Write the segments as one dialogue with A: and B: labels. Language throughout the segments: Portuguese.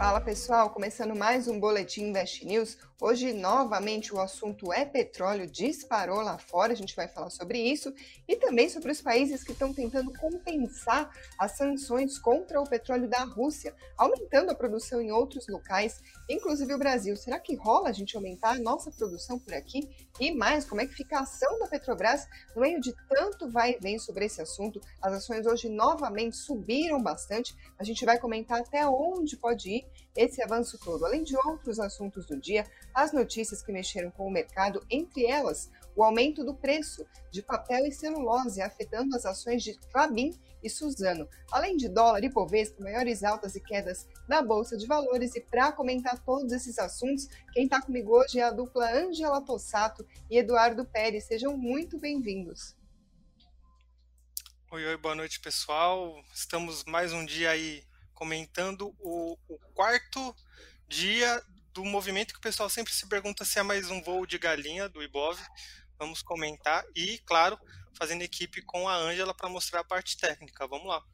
A: Fala pessoal, começando mais um Boletim Invest News. Hoje, novamente, o assunto é petróleo, disparou lá fora, a gente vai falar sobre isso e também sobre os países que estão tentando compensar as sanções contra o petróleo da Rússia, aumentando a produção em outros locais, inclusive o Brasil. Será que rola a gente aumentar a nossa produção por aqui? E mais, como é que fica a ação da Petrobras no meio de tanto vai e vem sobre esse assunto? As ações hoje novamente subiram bastante, a gente vai comentar até onde pode ir esse avanço todo, além de outros assuntos do dia, as notícias que mexeram com o mercado, entre elas o aumento do preço de papel e celulose, afetando as ações de Klabin e Suzano, além de dólar e Bovespa, maiores altas e quedas da Bolsa de Valores. E para comentar todos esses assuntos, quem está comigo hoje é a dupla Ângela Tossato e Eduardo Pérez. Sejam muito bem-vindos.
B: Oi, boa noite, pessoal. Estamos mais um dia aí comentando o quarto dia do movimento que o pessoal sempre se pergunta se é mais um voo de galinha do Ibov. Vamos comentar e, claro, fazendo equipe com a Ângela para mostrar a parte técnica. Vamos lá.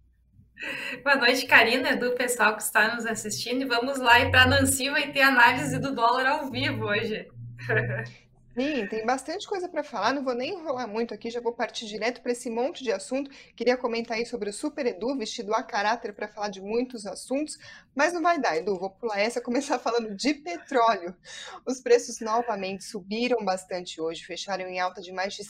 C: Boa noite, Karina, do pessoal que está nos assistindo. E vamos lá, e para a Nancy vai ter análise do dólar ao vivo hoje.
A: Sim, tem bastante coisa para falar, não vou nem enrolar muito aqui, já vou partir direto para esse monte de assunto. Queria comentar aí sobre o Super Edu, vestido a caráter para falar de muitos assuntos, mas não vai dar, Edu, vou pular essa e começar falando de petróleo. Os preços novamente subiram bastante hoje, fecharam em alta de mais de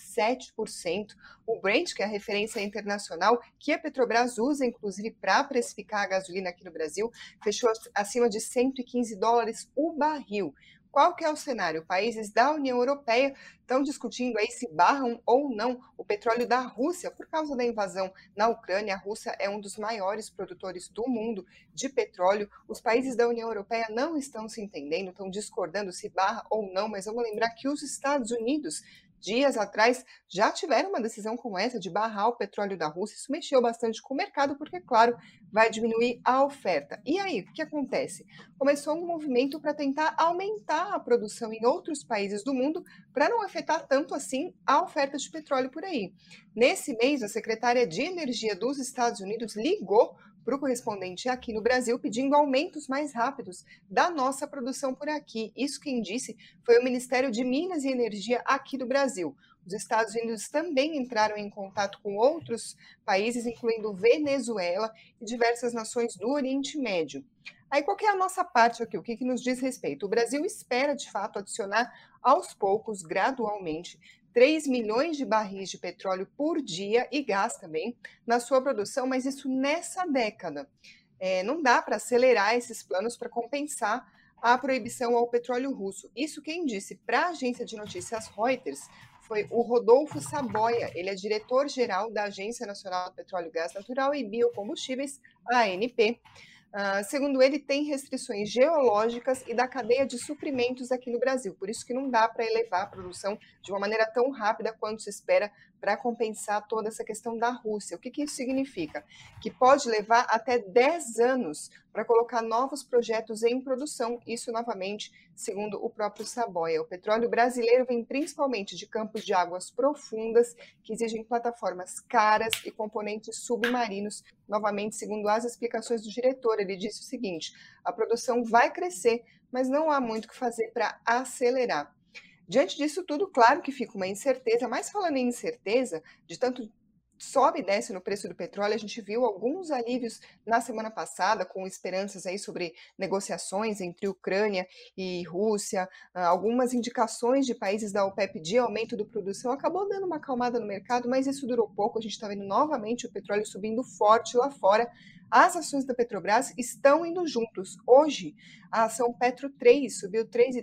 A: 7%. O Brent, que é a referência internacional, que a Petrobras usa, inclusive, para precificar a gasolina aqui no Brasil, fechou acima de US$ 115 o barril. Qual que é o cenário? Países da União Europeia estão discutindo aí se barram ou não o petróleo da Rússia por causa da invasão na Ucrânia. A Rússia é um dos maiores produtores do mundo de petróleo. Os países da União Europeia não estão se entendendo, estão discordando se barra ou não, mas vamos lembrar que os Estados Unidos dias atrás já tiveram uma decisão como essa de barrar o petróleo da Rússia. Isso mexeu bastante com o mercado, porque, claro, vai diminuir a oferta. E aí, o que acontece? Começou um movimento para tentar aumentar a produção em outros países do mundo para não afetar tanto assim a oferta de petróleo por aí. Nesse mês, a secretária de Energia dos Estados Unidos ligou para o correspondente aqui no Brasil pedindo aumentos mais rápidos da nossa produção por aqui. Isso quem disse foi o Ministério de Minas e Energia aqui do Brasil. Os Estados Unidos também entraram em contato com outros países, incluindo Venezuela e diversas nações do Oriente Médio. Aí, qual que é a nossa parte aqui? O que nos diz respeito? O Brasil espera, de fato, adicionar aos poucos, gradualmente, 3 milhões de barris de petróleo por dia e gás também na sua produção, mas isso nessa década. Não dá para acelerar esses planos para compensar a proibição ao petróleo russo. Isso quem disse para a agência de notícias Reuters foi o Rodolfo Saboia. Ele é diretor-geral da Agência Nacional do Petróleo, Gás Natural e Biocombustíveis, a ANP. Segundo ele, tem restrições geológicas e da cadeia de suprimentos aqui no Brasil, por isso que não dá para elevar a produção de uma maneira tão rápida quanto se espera para compensar toda essa questão da Rússia. O que isso significa? Que pode levar até 10 anos para colocar novos projetos em produção, isso novamente, segundo o próprio Saboia. O petróleo brasileiro vem principalmente de campos de águas profundas, que exigem plataformas caras e componentes submarinos. Novamente, segundo as explicações do diretor, ele disse o seguinte: a produção vai crescer, mas não há muito o que fazer para acelerar. Diante disso tudo, claro que fica uma incerteza, mas falando em incerteza, de tanto sobe e desce no preço do petróleo, a gente viu alguns alívios na semana passada, com esperanças aí sobre negociações entre Ucrânia e Rússia, algumas indicações de países da OPEP de aumento da produção, acabou dando uma acalmada no mercado, mas isso durou pouco, a gente está vendo novamente o petróleo subindo forte lá fora. As ações da Petrobras estão indo juntos. Hoje, a ação Petro 3 subiu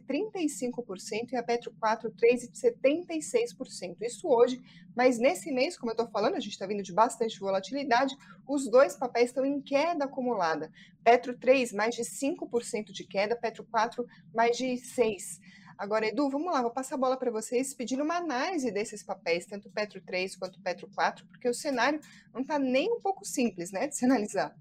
A: 3,35% e a Petro 4 3,76%. Isso hoje, mas nesse mês, como eu estou falando, a gente está vindo de bastante volatilidade, os dois papéis estão em queda acumulada. Petro 3, mais de 5% de queda, Petro 4, mais de 6%. Agora, Edu, vamos lá, vou passar a bola para vocês pedindo uma análise desses papéis, tanto Petro 3 quanto Petro 4, porque o cenário não está nem um pouco simples, né, de se analisar.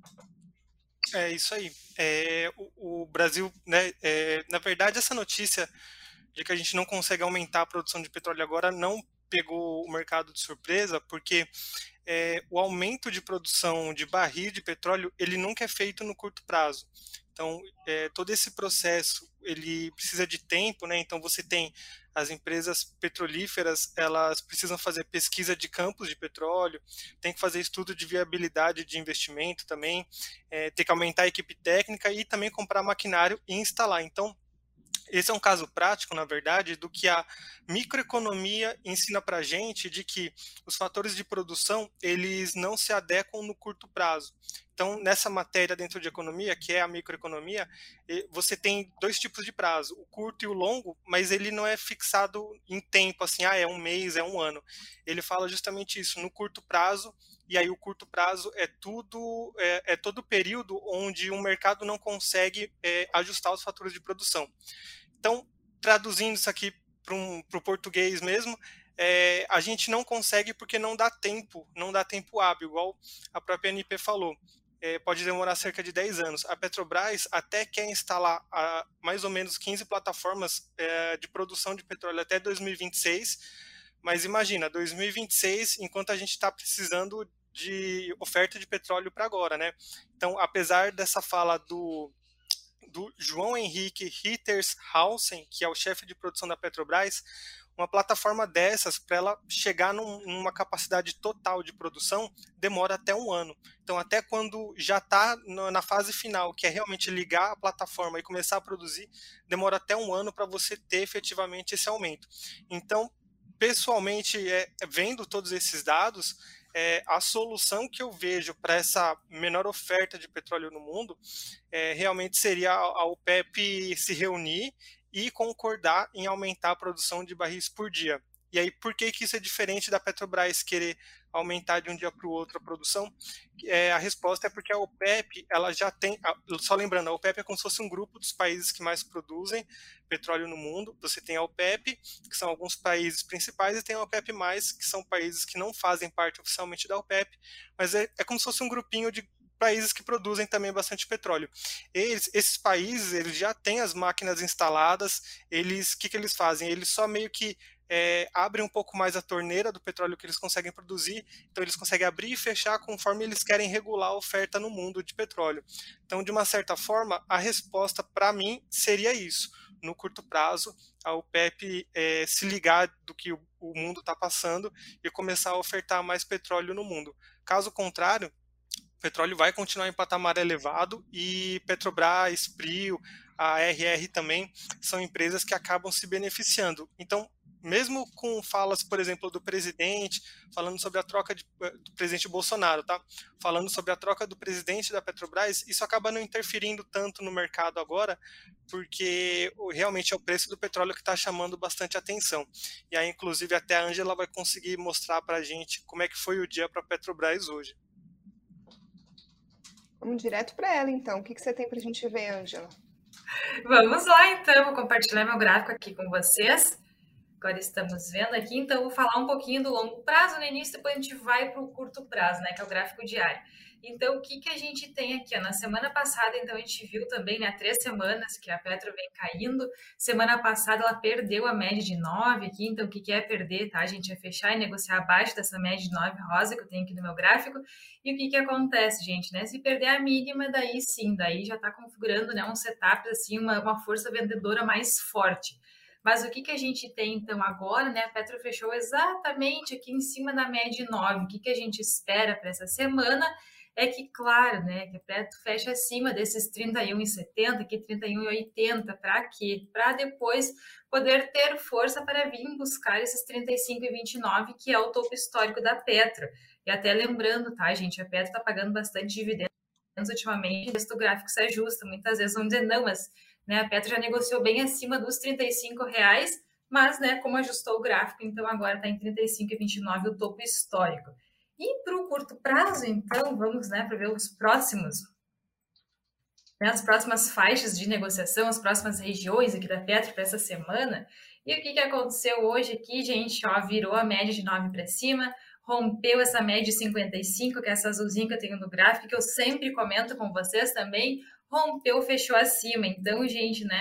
B: É isso aí. O Brasil, né, na verdade, essa notícia de que a gente não consegue aumentar a produção de petróleo agora não pegou o mercado de surpresa, porque o aumento de produção de barril de petróleo, ele nunca é feito no curto prazo. Então, todo esse processo, ele precisa de tempo, né? Então, você tem as empresas petrolíferas, elas precisam fazer pesquisa de campos de petróleo, tem que fazer estudo de viabilidade de investimento também, tem que aumentar a equipe técnica e também comprar maquinário e instalar. Então, esse é um caso prático, na verdade, do que a microeconomia ensina para a gente, de que os fatores de produção, eles não se adequam no curto prazo. Então, nessa matéria dentro de economia, que é a microeconomia, você tem dois tipos de prazo, o curto e o longo, mas ele não é fixado em tempo, assim, é um mês, é um ano. Ele fala justamente isso, no curto prazo, e aí o curto prazo é todo o período onde o mercado não consegue ajustar os fatores de produção. Então, traduzindo isso aqui para o português mesmo, a gente não consegue porque não dá tempo hábil, igual a própria ANP falou. Pode demorar cerca de 10 anos. A Petrobras até quer instalar mais ou menos 15 plataformas de produção de petróleo até 2026, mas imagina, 2026, enquanto a gente está precisando de oferta de petróleo para agora, né? Então, apesar dessa fala do João Henrique Rittershausen, que é o chefe de produção da Petrobras, uma plataforma dessas, para ela chegar numa capacidade total de produção, demora até um ano. Então, até quando já está na fase final, que é realmente ligar a plataforma e começar a produzir, demora até um ano para você ter efetivamente esse aumento. Então, pessoalmente, vendo todos esses dados, a solução que eu vejo para essa menor oferta de petróleo no mundo realmente seria a OPEP se reunir e concordar em aumentar a produção de barris por dia. E aí, por que isso é diferente da Petrobras querer aumentar de um dia para o outro a produção? A resposta é porque a OPEP, ela já tem, só lembrando, a OPEP é como se fosse um grupo dos países que mais produzem petróleo no mundo. Você tem a OPEP, que são alguns países principais, e tem a OPEP+, que são países que não fazem parte oficialmente da OPEP, mas é como se fosse um grupinho de países que produzem também bastante petróleo. Esses países, eles já têm as máquinas instaladas, o que eles fazem? Eles só meio que abrem um pouco mais a torneira do petróleo que eles conseguem produzir, então eles conseguem abrir e fechar conforme eles querem regular a oferta no mundo de petróleo. Então, de uma certa forma, a resposta para mim seria isso. No curto prazo, a OPEP se ligar do que o mundo está passando e começar a ofertar mais petróleo no mundo. Caso contrário, o petróleo vai continuar em patamar elevado e Petrobras, Prio, a RR também são empresas que acabam se beneficiando. Então, mesmo com falas, por exemplo, do presidente, falando sobre a troca do presidente Bolsonaro, tá? Falando sobre a troca do presidente da Petrobras, isso acaba não interferindo tanto no mercado agora, porque realmente é o preço do petróleo que está chamando bastante atenção. E aí, inclusive, até a Ângela vai conseguir mostrar para a gente como é que foi o dia para a Petrobras hoje.
A: Vamos direto para ela, então. O que você tem para a gente ver, Ângela?
C: Vamos lá, então. Vou compartilhar meu gráfico aqui com vocês. Agora estamos vendo aqui, então vou falar um pouquinho do longo prazo no início, depois a gente vai para o curto prazo, né, que é o gráfico diário. Então, o que a gente tem aqui? Ó? Na semana passada, então, a gente viu também, né, 3 semanas que a Petro vem caindo. Semana passada, ela perdeu a média de 9 aqui, então, o que é perder, tá? A gente vai fechar e negociar abaixo dessa média de 9 rosa que eu tenho aqui no meu gráfico. E o que acontece, gente, né? Se perder a mínima, daí sim, daí já está configurando, né, um setup, assim, uma força vendedora mais forte. Mas o que a gente tem, então, agora, né? A Petro fechou exatamente aqui em cima da média de 9. O que a gente espera para essa semana é que, claro, né, que a Petro feche acima desses 31,70, aqui 31,80, para quê? Para depois poder ter força para vir buscar esses 35,29, que é o topo histórico da Petro. E até lembrando, tá, gente, a Petro está pagando bastante dividendos ultimamente, o gráfico se ajusta, muitas vezes vão dizer não, mas né, a Petro já negociou bem acima dos R$35, mas né, como ajustou o gráfico, então agora está em 35,29 o topo histórico. E para o curto prazo, então, vamos né, para ver os próximos, né, as próximas faixas de negociação, as próximas regiões aqui da Petro para essa semana. E o que aconteceu hoje aqui, gente? Ó, virou a média de 9 para cima, rompeu essa média de 55, que é essa azulzinha que eu tenho no gráfico, que eu sempre comento com vocês também, rompeu, fechou acima. Então, gente, né,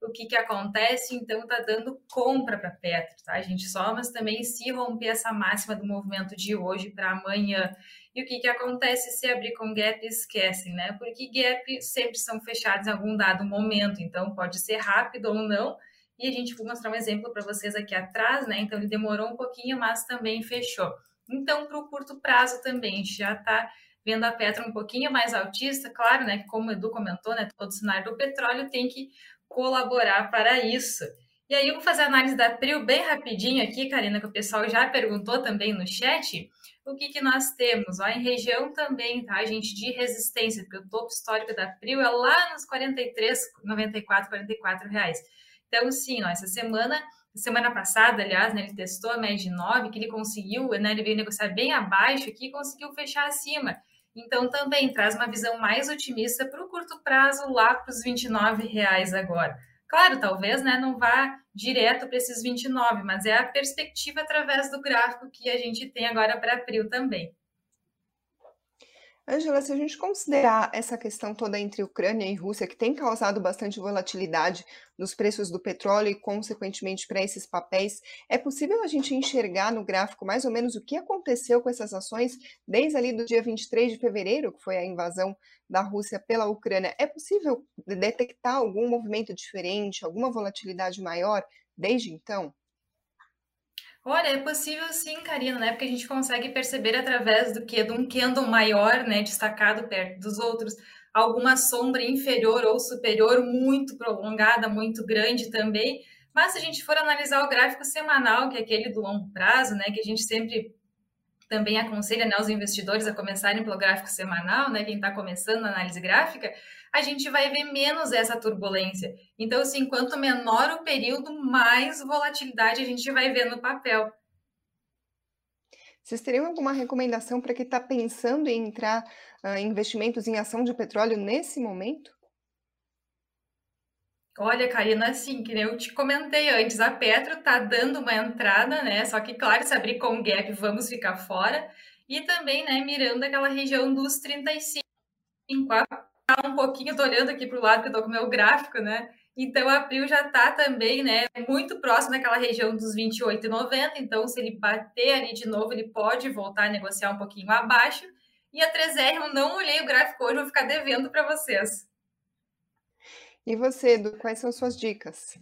C: o que acontece? Então, está dando compra para Petro, tá, gente? Só, mas também se romper essa máxima do movimento de hoje para amanhã. E o que acontece se abrir com gap? Esquecem, né? Porque gap sempre são fechados em algum dado momento, então pode ser rápido ou não. E a gente vai mostrar um exemplo para vocês aqui atrás, né? Então, ele demorou um pouquinho, mas também fechou. Então, para o curto prazo também, a gente já está vendo a Petro um pouquinho mais altista, claro, né? Que como o Edu comentou, né? Todo o cenário do petróleo tem que colaborar para isso. E aí eu vou fazer a análise da PRIO bem rapidinho aqui, Karina, que o pessoal já perguntou também no chat. O que nós temos? Ó, em região também, tá, gente, de resistência, porque o topo histórico da PRIO é lá nos 43, 94, 44 reais. Então, sim, ó, essa semana passada, aliás, né, ele testou a média de 9, que ele conseguiu, né, ele veio negociar bem abaixo aqui e conseguiu fechar acima. Então, também traz uma visão mais otimista para o curto prazo, lá para os R$29 agora. Claro, talvez, né, não vá direto para esses 29, mas é a perspectiva através do gráfico que a gente tem agora para abril também.
A: Ângela, se a gente considerar essa questão toda entre Ucrânia e Rússia, que tem causado bastante volatilidade nos preços do petróleo e, consequentemente, para esses papéis, é possível a gente enxergar no gráfico mais ou menos o que aconteceu com essas ações desde ali do dia 23 de fevereiro, que foi a invasão da Rússia pela Ucrânia? É possível detectar algum movimento diferente, alguma volatilidade maior desde então?
C: Olha, é possível sim, Karina, né? Porque a gente consegue perceber através do que? De um candle maior, né? Destacado perto dos outros, alguma sombra inferior ou superior muito prolongada, muito grande também. Mas se a gente for analisar o gráfico semanal, que é aquele do longo prazo, né? Que a gente sempre também aconselha, né, os investidores a começarem pelo gráfico semanal, né? Quem está começando a análise gráfica, a gente vai ver menos essa turbulência. Então, assim, quanto menor o período, mais volatilidade a gente vai ver no papel.
A: Vocês teriam alguma recomendação para quem está pensando em entrar em investimentos em ação de petróleo nesse momento?
C: Olha, Karina, assim, que nem eu te comentei antes, a Petro tá dando uma entrada, né? Só que, claro, se abrir com gap, vamos ficar fora. E também, né, mirando aquela região dos 35. Um pouquinho, tô olhando aqui para o lado que eu tô com o meu gráfico, né? Então, abril já tá também, né, muito próximo daquela região dos 28,90. Então, se ele bater ali de novo, ele pode voltar a negociar um pouquinho abaixo. E a 3R, eu não olhei o gráfico hoje, vou ficar devendo para vocês.
A: E você, Edu, quais são suas dicas?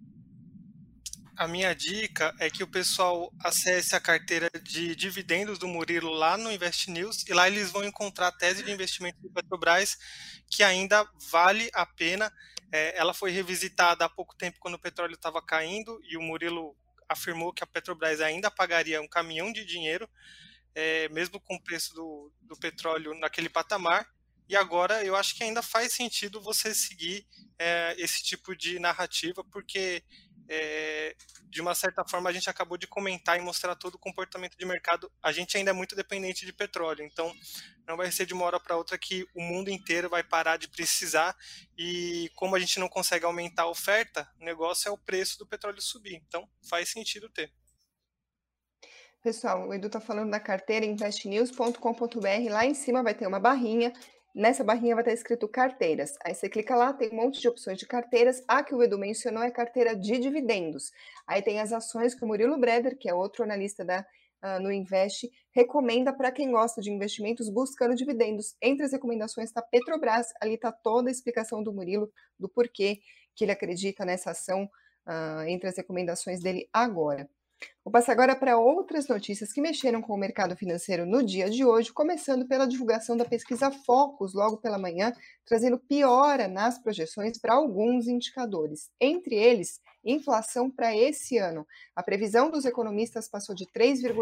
B: A minha dica é que o pessoal acesse a carteira de dividendos do Murilo lá no Invest News e lá eles vão encontrar a tese de investimento do Petrobras que ainda vale a pena. Ela foi revisitada há pouco tempo quando o petróleo estava caindo e o Murilo afirmou que a Petrobras ainda pagaria um caminhão de dinheiro, mesmo com o preço do petróleo naquele patamar. E agora eu acho que ainda faz sentido você seguir esse tipo de narrativa, porque de uma certa forma a gente acabou de comentar e mostrar todo o comportamento de mercado. A gente ainda é muito dependente de petróleo, então não vai ser de uma hora para outra que o mundo inteiro vai parar de precisar, e como a gente não consegue aumentar a oferta, o negócio é o preço do petróleo subir, então faz sentido ter.
A: Pessoal, o Edu está falando da carteira investnews.com.br. Lá em cima vai ter uma barrinha. Nessa barrinha vai estar escrito carteiras. Aí você clica lá, tem um monte de opções de carteiras. A que o Edu mencionou é carteira de dividendos. Aí tem as ações que o Murilo Breder, que é outro analista no Invest, recomenda para quem gosta de investimentos buscando dividendos. Entre as recomendações está Petrobras. Ali está toda a explicação do Murilo do porquê que ele acredita nessa ação, entre as recomendações dele agora. Vou passar agora para outras notícias que mexeram com o mercado financeiro no dia de hoje, começando pela divulgação da pesquisa Focus logo pela manhã, trazendo piora nas projeções para alguns indicadores. Entre eles, inflação para esse ano. A previsão dos economistas passou de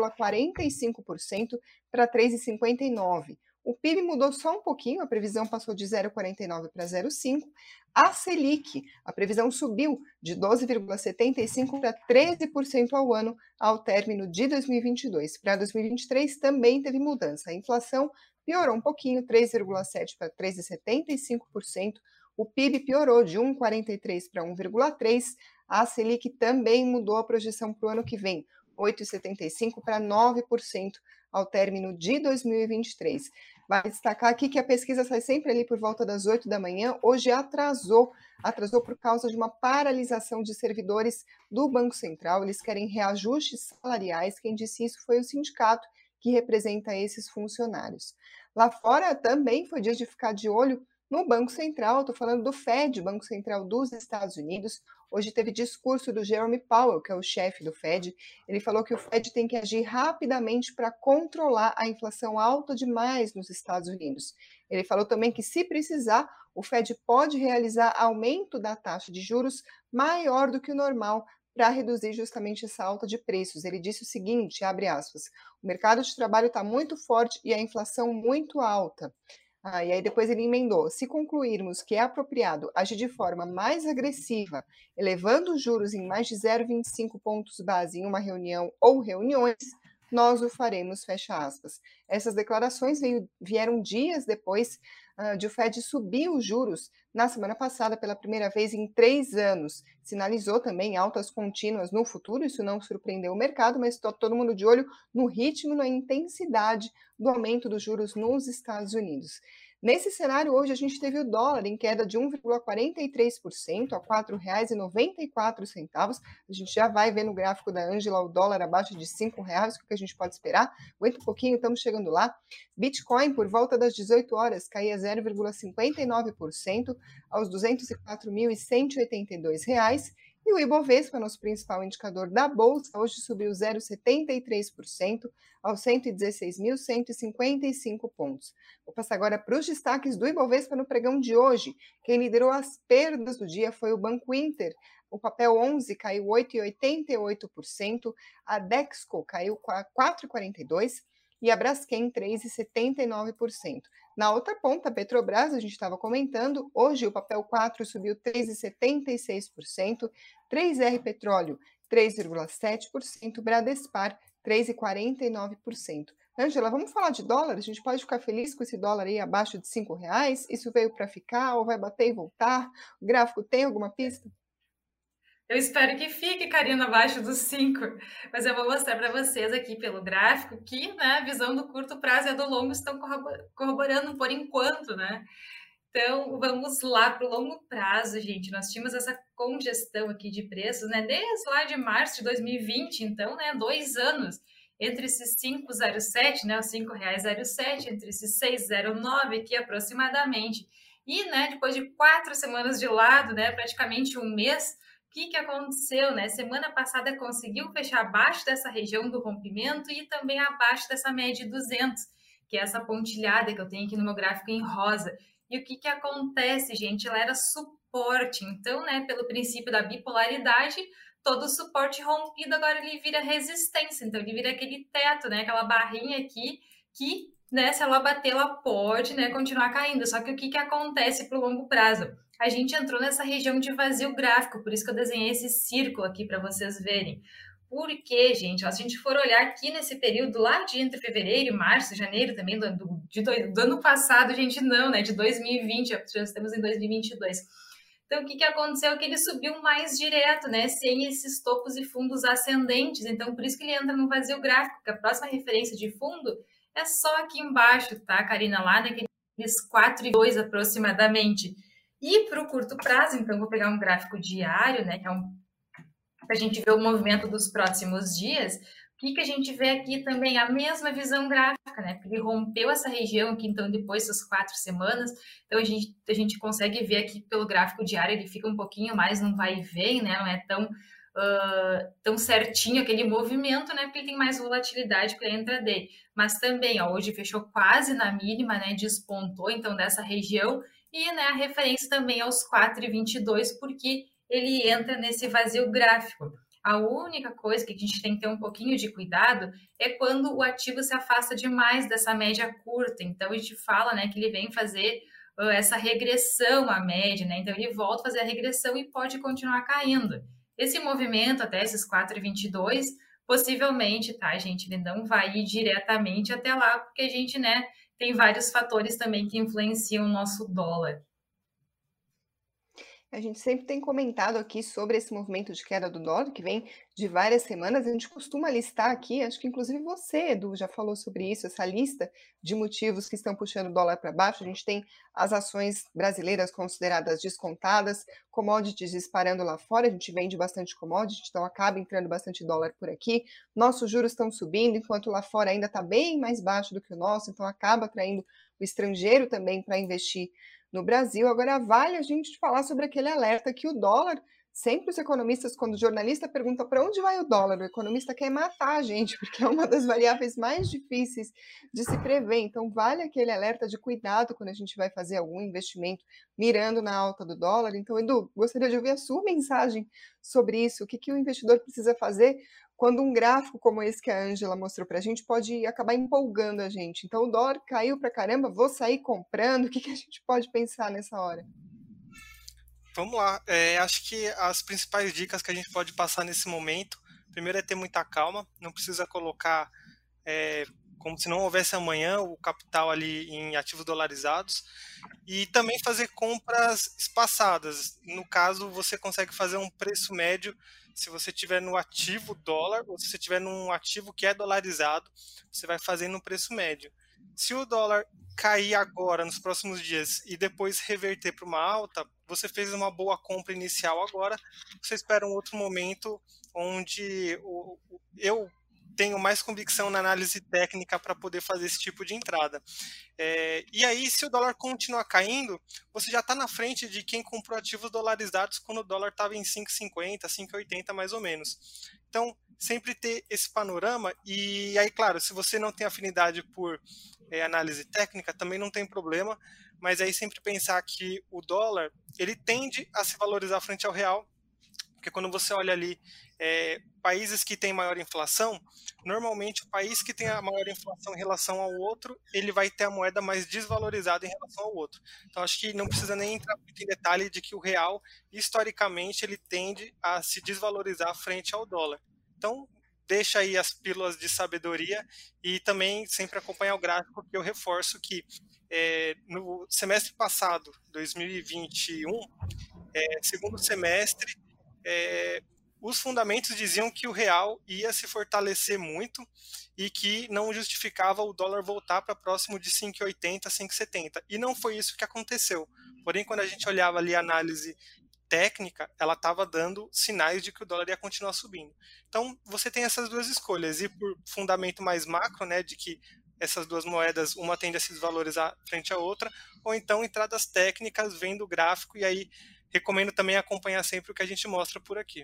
A: 3,45% para 3,59%. O PIB mudou só um pouquinho, a previsão passou de 0,49 para 0,5. A Selic, a previsão subiu de 12,75 para 13% ao ano ao término de 2022. Para 2023 também teve mudança. A inflação piorou um pouquinho, 3,7 para 3,75%. O PIB piorou de 1,43 para 1,3. A Selic também mudou a projeção para o ano que vem. 8,75% para 9% ao término de 2023. Vale destacar aqui que a pesquisa sai sempre ali por volta das 8 da manhã. Hoje atrasou por causa de uma paralisação de servidores do Banco Central. Eles querem reajustes salariais. Quem disse isso foi o sindicato que representa esses funcionários. Lá fora também foi dia de ficar de olho no Banco Central. Estou falando do Fed, Banco Central dos Estados Unidos. Hoje teve discurso do Jerome Powell, que é o chefe do Fed. Ele falou que o Fed tem que agir rapidamente para controlar a inflação alta demais nos Estados Unidos. Ele falou também que, se precisar, o Fed pode realizar aumento da taxa de juros maior do que o normal para reduzir justamente essa alta de preços. Ele disse o seguinte, abre aspas, o mercado de trabalho está muito forte e a inflação muito alta. E aí depois ele emendou, se concluirmos que é apropriado agir de forma mais agressiva, elevando os juros em mais de 0,25 pontos base em uma reunião ou reuniões, nós o faremos, fecha aspas. Essas declarações vieram dias depois de o Fed subir os juros na semana passada pela primeira vez em 3 anos. Sinalizou também altas contínuas no futuro, isso não surpreendeu o mercado, mas está todo mundo de olho no ritmo, na intensidade do aumento dos juros nos Estados Unidos. Nesse cenário, hoje a gente teve o dólar em queda de 1,43% a R$ 4,94. A gente já vai ver no gráfico da Ângela o dólar abaixo de R$ 5,00, o que a gente pode esperar. Aguenta um pouquinho, estamos chegando lá. Bitcoin, por volta das 18 horas, caía 0,59% aos R$ 204.182. E o Ibovespa, nosso principal indicador da Bolsa, hoje subiu 0,73% aos 116.155 pontos. Vou passar agora para os destaques do Ibovespa no pregão de hoje. Quem liderou as perdas do dia foi o Banco Inter. O papel 11 caiu 8,88%, a Dexco caiu 4,42% e a Braskem 3,79%. Na outra ponta, a Petrobras, a gente estava comentando, hoje o papel 4 subiu 3,76%, 3R Petróleo 3,7%, Bradespar 3,49%. Ângela, vamos falar de dólar? A gente pode ficar feliz com esse dólar aí abaixo de R$ 5,00? Isso veio para ficar ou vai bater e voltar? O gráfico tem alguma pista?
C: Eu espero que fique, Karina, abaixo dos 5, mas eu vou mostrar para vocês aqui pelo gráfico que, né, a visão do curto prazo e a do longo estão corroborando por enquanto, né? Então, vamos lá para o longo prazo, gente. Nós tínhamos essa congestão aqui de preços, né, desde lá de março de 2020, então, né, 2 anos, entre esses 5,07, né, os R$ 5,07, entre esses 6,09 aqui aproximadamente. E, né, depois de 4 semanas de lado, né, praticamente um mês, o que aconteceu, né? Semana passada conseguiu fechar abaixo dessa região do rompimento e também abaixo dessa média de 200, que é essa pontilhada que eu tenho aqui no meu gráfico em rosa. E o que acontece, gente? Ela era suporte, então, né, pelo princípio da bipolaridade, todo suporte rompido agora ele vira resistência, então ele vira aquele teto, né, aquela barrinha aqui que, né, se ela bater, ela pode, né, continuar caindo. Só que o que acontece para o longo prazo? A gente entrou nessa região de vazio gráfico, por isso que eu desenhei esse círculo aqui para vocês verem. Porque, gente, se a gente for olhar aqui nesse período lá de entre fevereiro e março, janeiro também do ano passado, gente, não, né, de 2020, já estamos em 2022. Então, o que aconteceu? Que ele subiu mais direto, né, sem esses topos e fundos ascendentes. Então, por isso que ele entra no vazio gráfico, que a próxima referência de fundo é só aqui embaixo, tá, Karina? Lá naqueles 4,2 aproximadamente. E para o curto prazo, então, vou pegar um gráfico diário, né, que é para a gente ver o movimento dos próximos dias. O que a gente vê aqui também? A mesma visão gráfica, né? Porque ele rompeu essa região aqui, então, depois das 4 semanas. Então, a gente consegue ver aqui pelo gráfico diário, ele fica um pouquinho mais, não vai e vem, né? Não é tão certinho aquele movimento, né? Porque ele tem mais volatilidade para a entrada dele. Mas também, ó, hoje fechou quase na mínima, né? Despontou, então, dessa região. E, né, a referência também aos 4,22, porque ele entra nesse vazio gráfico. A única coisa que a gente tem que ter um pouquinho de cuidado é quando o ativo se afasta demais dessa média curta. Então, a gente fala, né, que ele vem fazer essa regressão à média, né? Então, ele volta a fazer a regressão e pode continuar caindo. Esse movimento até esses 4,22, possivelmente, tá, gente, ele não vai ir diretamente até lá, porque a gente, né, tem vários fatores também que influenciam o nosso dólar.
A: A gente sempre tem comentado aqui sobre esse movimento de queda do dólar, que vem de várias semanas. A gente costuma listar aqui, acho que inclusive você, Edu, já falou sobre isso, essa lista de motivos que estão puxando o dólar para baixo. A gente tem as ações brasileiras consideradas descontadas, commodities disparando lá fora, a gente vende bastante commodity, então acaba entrando bastante dólar por aqui. Nossos juros estão subindo, enquanto lá fora ainda está bem mais baixo do que o nosso, então acaba atraindo o estrangeiro também para investir no Brasil. Agora, vale a gente falar sobre aquele alerta que o dólar, sempre os economistas, quando o jornalista pergunta para onde vai o dólar, o economista quer matar a gente, porque é uma das variáveis mais difíceis de se prever. Então, vale aquele alerta de cuidado quando a gente vai fazer algum investimento mirando na alta do dólar. Então, Edu, gostaria de ouvir a sua mensagem sobre isso. O que o investidor precisa fazer quando um gráfico como esse que a Ângela mostrou para a gente pode acabar empolgando a gente. Então, o dólar caiu para caramba, vou sair comprando. O que a gente pode pensar nessa hora?
B: Vamos lá. Acho que as principais dicas que a gente pode passar nesse momento, primeiro é ter muita calma, não precisa colocar como se não houvesse amanhã o capital ali em ativos dolarizados, e também fazer compras espaçadas. No caso, você consegue fazer um preço médio se você tiver no ativo dólar ou se você tiver num ativo que é dolarizado, você vai fazendo um preço médio. Se o dólar cair agora, nos próximos dias, e depois reverter para uma alta, você fez uma boa compra inicial agora, você espera um outro momento onde eu tenho mais convicção na análise técnica para poder fazer esse tipo de entrada. E aí, se o dólar continuar caindo, você já está na frente de quem comprou ativos dolarizados quando o dólar estava em 5,50, 5,80 mais ou menos. Então, sempre ter esse panorama. E aí, claro, se você não tem afinidade por análise técnica, também não tem problema, mas aí sempre pensar que o dólar ele tende a se valorizar frente ao real, porque quando você olha ali países que têm maior inflação, normalmente o país que tem a maior inflação em relação ao outro, ele vai ter a moeda mais desvalorizada em relação ao outro. Então acho que não precisa nem entrar muito em detalhe de que o real, historicamente, ele tende a se desvalorizar frente ao dólar. Então deixa aí as pílulas de sabedoria e também sempre acompanhar o gráfico, que eu reforço que no semestre passado, 2021, segundo semestre, os fundamentos diziam que o real ia se fortalecer muito e que não justificava o dólar voltar para próximo de 5,80, 5,70. E não foi isso que aconteceu. Porém, quando a gente olhava ali a análise técnica, ela estava dando sinais de que o dólar ia continuar subindo. Então, você tem essas duas escolhas, e por fundamento mais macro, né, de que essas duas moedas, uma tende a se desvalorizar frente à outra, ou então entradas técnicas, vendo o gráfico, e aí recomendo também acompanhar sempre o que a gente mostra por aqui.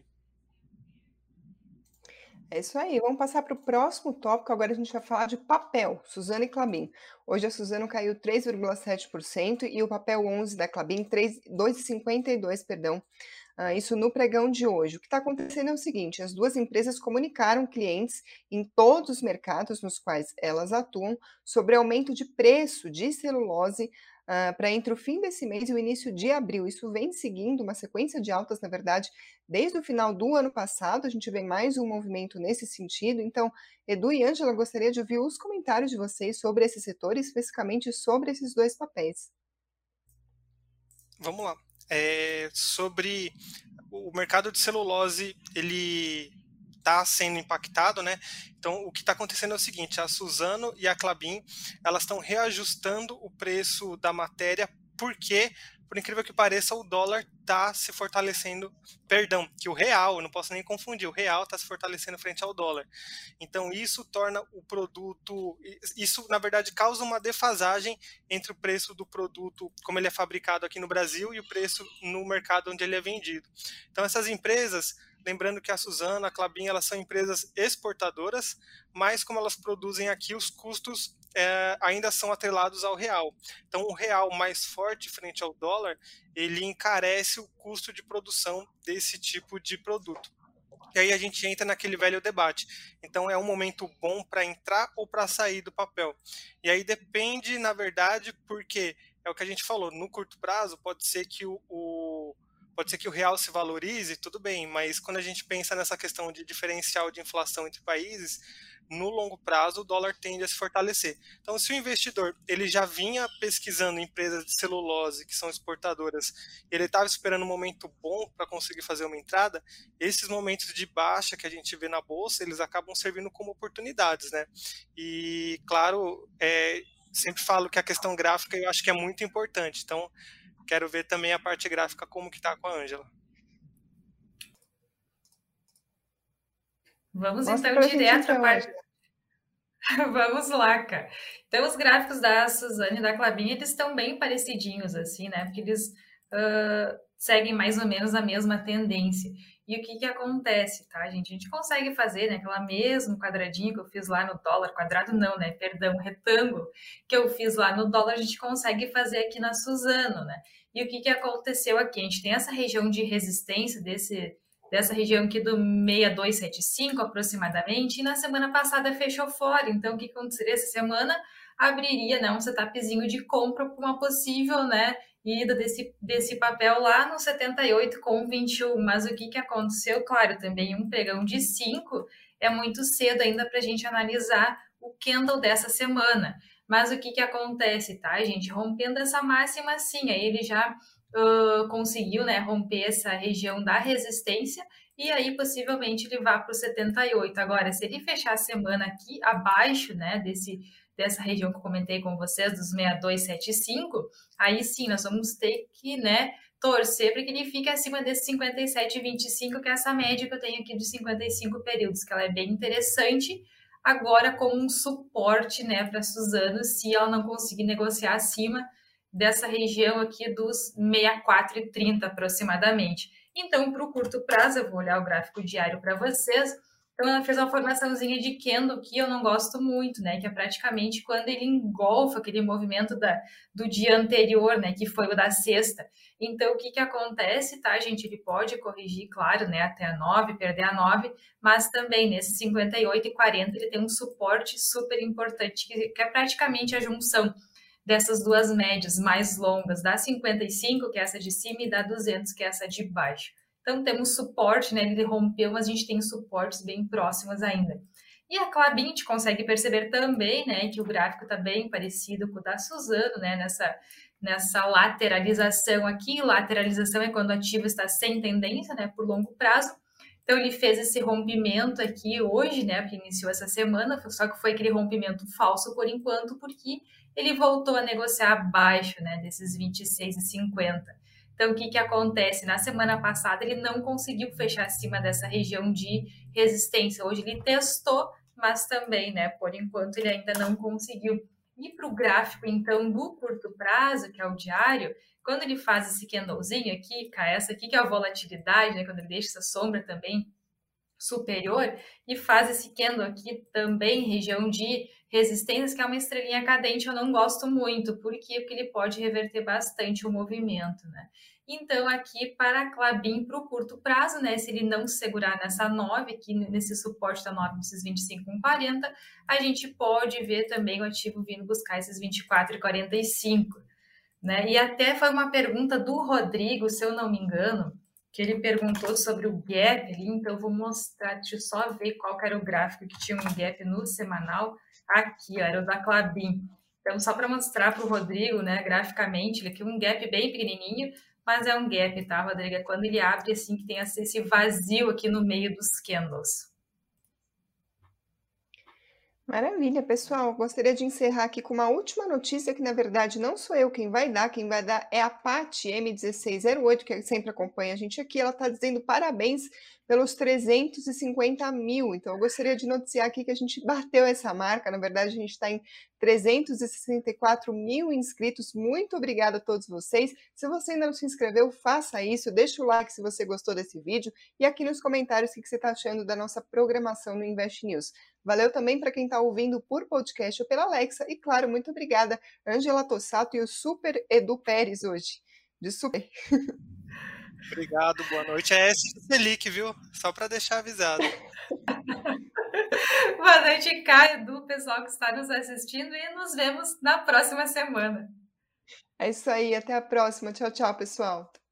A: É isso aí, vamos passar para o próximo tópico. Agora a gente vai falar de papel, Suzano e Klabin. Hoje a Suzano caiu 3,7% e o papel 11 da Klabin 2,52%, perdão. Isso no pregão de hoje. O que está acontecendo é o seguinte: as duas empresas comunicaram clientes em todos os mercados nos quais elas atuam sobre aumento de preço de celulose para entre o fim desse mês e o início de abril. Isso vem seguindo uma sequência de altas, na verdade, desde o final do ano passado. A gente vê mais um movimento nesse sentido. Então, Edu e Ângela, gostaria de ouvir os comentários de vocês sobre esse setor, especificamente sobre esses dois papéis.
B: Vamos lá. Sobre o mercado de celulose, ele está sendo impactado, né? Então, o que está acontecendo é o seguinte: a Suzano e a Klabin, elas estão reajustando o preço da matéria, porque, por incrível que pareça, o dólar está se fortalecendo, perdão, que o real, eu não posso nem confundir, o real está se fortalecendo frente ao dólar. Então, isso torna o produto, isso, na verdade, causa uma defasagem entre o preço do produto, como ele é fabricado aqui no Brasil, e o preço no mercado onde ele é vendido. Então, essas empresas, lembrando que a Suzano, a Klabin, elas são empresas exportadoras, mas como elas produzem aqui, os custos ainda são atrelados ao real. Então, o real mais forte frente ao dólar, ele encarece o custo de produção desse tipo de produto. E aí a gente entra naquele velho debate. Então, é um momento bom para entrar ou para sair do papel? E aí depende, na verdade, porque é o que a gente falou, no curto prazo pode ser que o Pode ser que o real se valorize, tudo bem, mas quando a gente pensa nessa questão de diferencial de inflação entre países, no longo prazo o dólar tende a se fortalecer. Então, se o investidor ele já vinha pesquisando empresas de celulose que são exportadoras, ele estava esperando um momento bom para conseguir fazer uma entrada, esses momentos de baixa que a gente vê na bolsa, eles acabam servindo como oportunidades, né? E, claro, sempre falo que a questão gráfica eu acho que é muito importante. Então, quero ver também a parte gráfica como que tá com a Ângela.
C: Vamos
A: Mostra
C: então
A: pra gente,
C: direto para a
A: então,
C: parte.
A: Ângela.
C: Vamos lá, cara. Então, os gráficos da Suzane e da Clabin, eles estão bem parecidinhos, assim, né? Porque eles seguem mais ou menos a mesma tendência. E o que que acontece, tá, gente? A gente consegue fazer, né, aquela mesmo quadradinho que eu fiz lá no dólar, quadrado não, né, perdão, retângulo, que eu fiz lá no dólar, a gente consegue fazer aqui na Suzano, né? E o que que aconteceu aqui? A gente tem essa região de resistência dessa região aqui do 6275 aproximadamente, e na semana passada fechou fora. Então, o que aconteceria essa semana? Abriria, né, um setupzinho de compra para uma possível, né, ida desse papel lá no 78,21. Mas o que que aconteceu? Claro, também um pregão de 5 é muito cedo ainda para a gente analisar o candle dessa semana. Mas o que que acontece, tá, gente? Rompendo essa máxima, sim, aí ele já conseguiu, né, romper essa região da resistência e aí possivelmente ele vá para o 78. Agora, se ele fechar a semana aqui abaixo, né, dessa região que eu comentei com vocês, dos 6275, aí sim nós vamos ter que, né, torcer para que ele fique acima desse 57,25, que é essa média que eu tenho aqui de 55 períodos, que ela é bem interessante, agora como um suporte, né, para a Suzano, se ela não conseguir negociar acima dessa região aqui dos 64,30 aproximadamente. Então, para o curto prazo, eu vou olhar o gráfico diário para vocês. Então, ela fez uma formaçãozinha de candle que eu não gosto muito, né? Que é praticamente quando ele engolfa aquele movimento do dia anterior, né? Que foi o da sexta. Então, o que que acontece, tá, gente? Ele pode corrigir, claro, né? Até a 9, perder a 9, mas também nesse 58,40 ele tem um suporte super importante, que é praticamente a junção dessas duas médias mais longas, da 55, que é essa de cima, e da 200, que é essa de baixo. Então, temos suporte, né? Ele rompeu, mas a gente tem suportes bem próximos ainda. E a Clabin, a gente consegue perceber também, né, que o gráfico está bem parecido com o da Suzano, né, nessa lateralização aqui. Lateralização é quando o ativo está sem tendência, né, por longo prazo. Então, ele fez esse rompimento aqui hoje, né, que iniciou essa semana, só que foi aquele rompimento falso por enquanto, porque ele voltou a negociar abaixo, né, desses 26,50. Então, o que que acontece? Na semana passada, ele não conseguiu fechar acima dessa região de resistência. Hoje ele testou, mas também, né, por enquanto, ele ainda não conseguiu. E para o gráfico, então, do curto prazo, que é o diário, quando ele faz esse candlezinho aqui, essa aqui que é a volatilidade, né, quando ele deixa essa sombra também superior, e faz esse candle aqui também, região de resistência, que é uma estrelinha cadente, eu não gosto muito. Por quê? Porque ele pode reverter bastante o movimento, né? Então, aqui para a Clabin, para o curto prazo, né? Se ele não segurar nessa 9, aqui nesse suporte da 9, desses 25,40, a gente pode ver também o ativo vindo buscar esses 24,45, né? E até foi uma pergunta do Rodrigo, se eu não me engano, que ele perguntou sobre o gap ali, então eu vou mostrar, deixa eu só ver qual que era o gráfico que tinha um gap no semanal. Aqui, ó, era o da Clabin. Então, só para mostrar para o Rodrigo, né, graficamente, ele aqui um gap bem pequenininho, mas é um gap, tá, Rodrigo? É quando ele abre, assim, que tem esse vazio aqui no meio dos candles.
A: Maravilha, pessoal. Gostaria de encerrar aqui com uma última notícia que, na verdade, não sou eu quem vai dar é a Paty M1608, que sempre acompanha a gente aqui. Ela está dizendo parabéns pelos 350 mil. Então, eu gostaria de noticiar aqui que a gente bateu essa marca. Na verdade, a gente está em 364 mil inscritos. Muito obrigada a todos vocês. Se você ainda não se inscreveu, faça isso. Deixa o like se você gostou desse vídeo. E aqui nos comentários o que você está achando da nossa programação no Invest News. Valeu também para quem está ouvindo por podcast ou pela Alexa. E, claro, muito obrigada, Ângela Tossato e o Super Edu Pérez hoje. De super.
B: Obrigado, boa noite. É esse Selic, viu? Só para deixar avisado.
C: Boa noite, Caio, Edu, pessoal que está nos assistindo, e nos vemos na próxima semana.
A: É isso aí, até a próxima. Tchau, tchau, pessoal.